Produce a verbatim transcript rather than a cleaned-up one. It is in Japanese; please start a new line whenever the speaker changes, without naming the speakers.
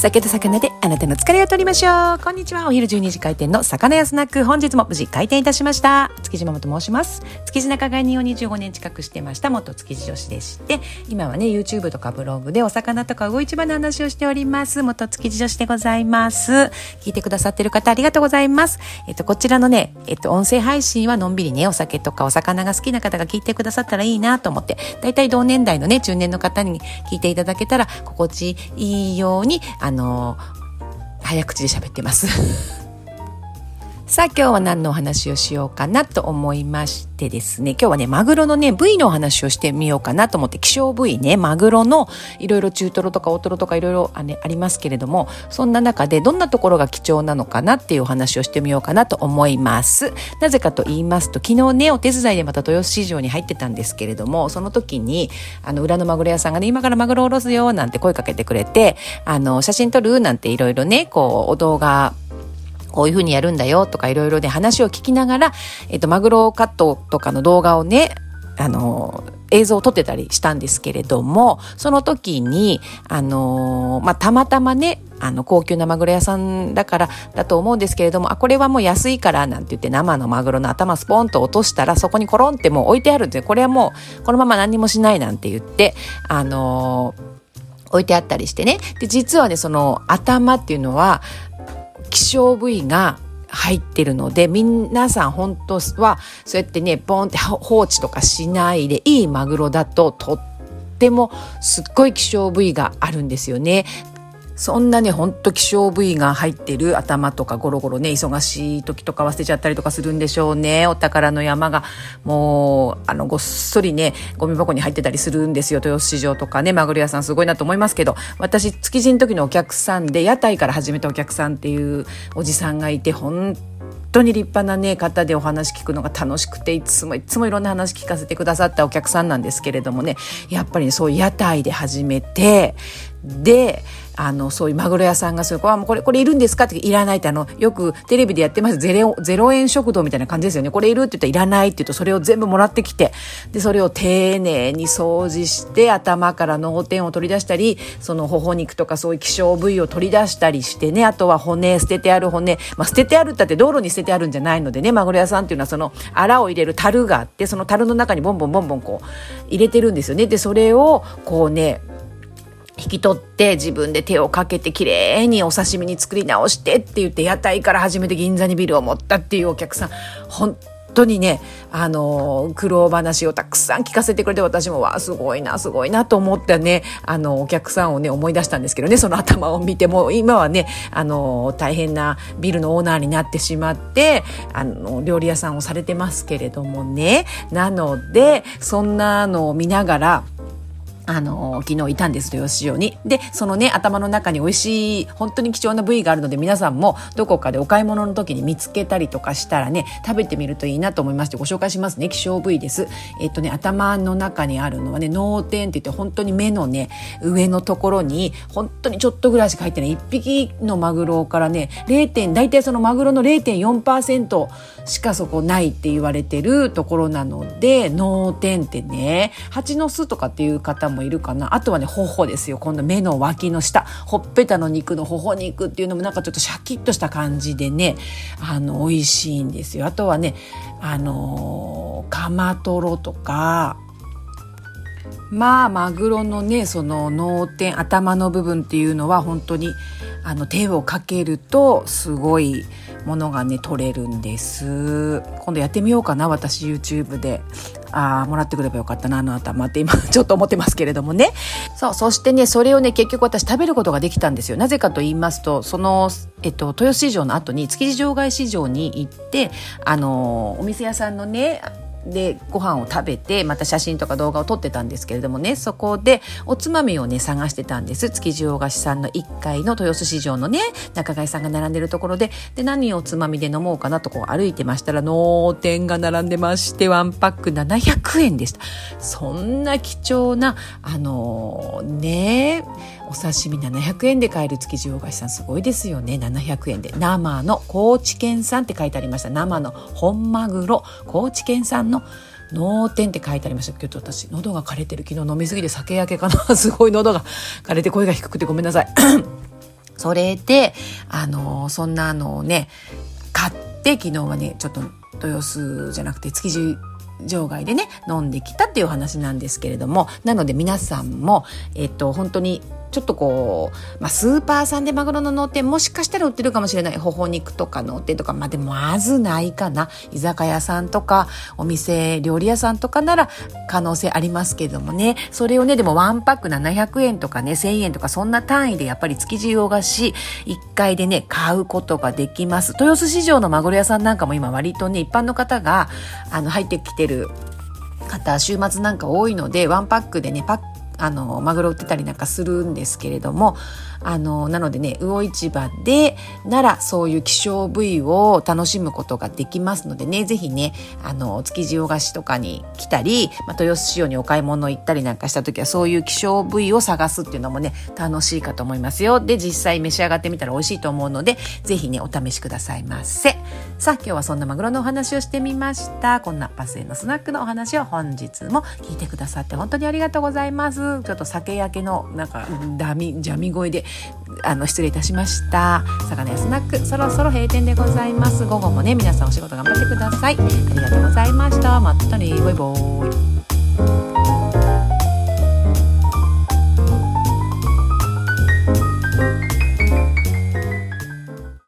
酒と魚であなたの疲れを取りましょう。こんにちは。お昼じゅうにじ開店の魚屋スナック、本日も無事開店いたしました。築地ママと申します。築地仲買人をにじゅうごねん近くしてました元築地女子でして、今はね YouTube とかブログでお魚とか魚市場の話をしております元築地女子でございます。聞いてくださっている方ありがとうございます。えっとこちらのね、えっと音声配信はのんびりね、お酒とかお魚が好きな方が聞いてくださったらいいなと思って、だいたい同年代のね中年の方に聞いていただけたら心地いいようにあの早口で喋ってますさあ今日は何のお話をしようかなと思いましてですね、今日はねマグロのね部位のお話をしてみようかなと思って、希少部位ね、マグロのいろいろ中トロとか大トロとかいろいろありますけれども、そんな中でどんなところが貴重なのかなっていうお話をしてみようかなと思います。なぜかと言いますと、昨日ねお手伝いでまた豊洲市場に入ってたんですけれども、その時にあの裏のマグロ屋さんがね、今からマグロおろすよなんて声かけてくれて、あの写真撮るなんていろいろねこうお動画こういう風にやるんだよとかいろいろね話を聞きながら、えっとマグロカットとかの動画をねあの映像を撮ってたりしたんですけれども、その時にあのまあたまたまねあの高級なマグロ屋さんだからだと思うんですけれども、あこれはもう安いからなんて言って生のマグロの頭スポンと落としたらそこにコロンってもう置いてあるんで、これはもうこのまま何にもしないなんて言ってあの置いてあったりしてね。で実はねその頭っていうのは希少部位が入ってるので、皆さん本当はそうやってねボンって放置とかしないで、いいマグロだととってもすっごい希少部位があるんですよね。そんなねほんと希少部位が入ってる頭とかゴロゴロね、忙しい時とか忘れちゃったりとかするんでしょうね。お宝の山がもうあのごっそりねゴミ箱に入ってたりするんですよ。豊洲市場とかねマグロ屋さんすごいなと思いますけど、私築地の時のお客さんで屋台から始めたお客さんっていうおじさんがいて、本当に立派なね方でお話聞くのが楽しくて、いつもいつもいろんな話聞かせてくださったお客さんなんですけれどもね、やっぱり、ね、そういう屋台で始めて、であのそういうマグロ屋さんがそういうこれこれこれいるんですかっていらないって、あのよくテレビでやってますゼロ、ゼロ円食堂みたいな感じですよね。これいるって言ったらいらないって言うとそれを全部もらってきて、でそれを丁寧に掃除して頭から脳天を取り出したり、その頬肉とかそういう希少部位を取り出したりしてね、あとは骨、捨ててある骨、まあ、捨ててあるったって道路に捨ててあるんじゃないのでね、マグロ屋さんっていうのはそのアラを入れる樽があって、その樽の中にボンボンボンボンこう入れてるんですよね。でそれをこうね引き取って自分で手をかけてきれいにお刺身に作り直してって言って、屋台から始めて銀座にビルを持ったっていうお客さん、本当にねあの苦労話をたくさん聞かせてくれて、私もわあすごいなすごいなと思ったねあのお客さんをね思い出したんですけどね、その頭を見ても今はねあの大変なビルのオーナーになってしまってあの料理屋さんをされてますけれどもね。なのでそんなのを見ながらあの昨日いたんです豊洲市場に。でそのね頭の中に美味しい本当に貴重な部位があるので、皆さんもどこかでお買い物の時に見つけたりとかしたらね食べてみるといいなと思いましてご紹介しますね。希少部位です。えっとね頭の中にあるのはね脳天って言って、本当に目のね上のところに本当にちょっとぐらいしか入ってないいっぴきのマグロからね ゼロ. 大体そのマグロの ゼロてんよんパーセント しかそこないって言われてるところなので、脳天ってね蜂の巣とかっていう方ももいるかな。あとはね頬ですよ。今度目の脇の下、ほっぺたの肉の頬肉っていうのもなんかちょっとシャキッとした感じでねあの美味しいんですよ。あとはねあのカマトロとか、まあマグロのねその脳天頭の部分っていうのは本当にあの手をかけるとすごいものがね取れるんです。今度やってみようかな、私 YouTube で。あもらってくればよかったなあの頭って今ちょっと思ってますけれどもね。そうそしてねそれをね結局私食べることができたんですよ。なぜかと言いますと、その、えっと、豊洲市場の後に築地場外市場に行ってあのお店屋さんのねでご飯を食べて、また写真とか動画を撮ってたんですけれどもね、そこでおつまみをね探してたんです。築地洋菓子さんのいっかいの豊洲市場のね仲買さんが並んでるところで、で何をおつまみで飲もうかなとこう歩いてましたら、脳天が並んでまして、ワンパックななひゃくえんでした。そんな貴重なあのー、ねお刺身ななひゃくえんで買える築地洋菓子さんすごいですよね。ななひゃくえんで生の高知県産って書いてありました。生の本マグロ高知県産の脳天って書いてありましたけど、私喉が枯れてる。昨日飲みすぎて酒焼けかなすごい喉が枯れて声が低くてごめんなさいそれで、あの、そんなあのね、買って昨日はね、ちょっと豊洲じゃなくて築地場外でね、飲んできたっていうお話なんですけれども、なので皆さんも、えっと、本当に、ちょっとこう、まあ、スーパーさんでマグロの脳天もしかしたら売ってるかもしれない。ほほ肉とか脳天とか、まあ、でもまずないかな。居酒屋さんとか、お店、料理屋さんとかなら可能性ありますけどもね。それをね、でもワンパックななひゃくえんとかね、せんえんとかそんな単位でやっぱり築地魚河岸いっかいでね、買うことができます。豊洲市場のマグロ屋さんなんかも今割とね、一般の方があの入ってきてる方、週末なんか多いので、ワンパックでね、パックあのマグロ売ってたりなんかするんですけれども、あのなのでね、魚市場でならそういう希少部位を楽しむことができますのでね、ぜひね、あの築地魚河岸とかに来たり、まあ、豊洲市場にお買い物行ったりなんかした時はそういう希少部位を探すっていうのもね、楽しいかと思いますよ。で、実際召し上がってみたら美味しいと思うので、ぜひね、お試しくださいませ。さあ、今日はそんなマグロのお話をしてみました。こんなバスへのスナックのお話を本日も聞いてくださって本当にありがとうございます。ちょっと酒焼けのなんかダミジャミ声であの失礼いたしました。魚屋スナックそろそろ閉店でございます。午後もね、皆さんお仕事頑張ってください。ありがとうございました。またね、バイバイ。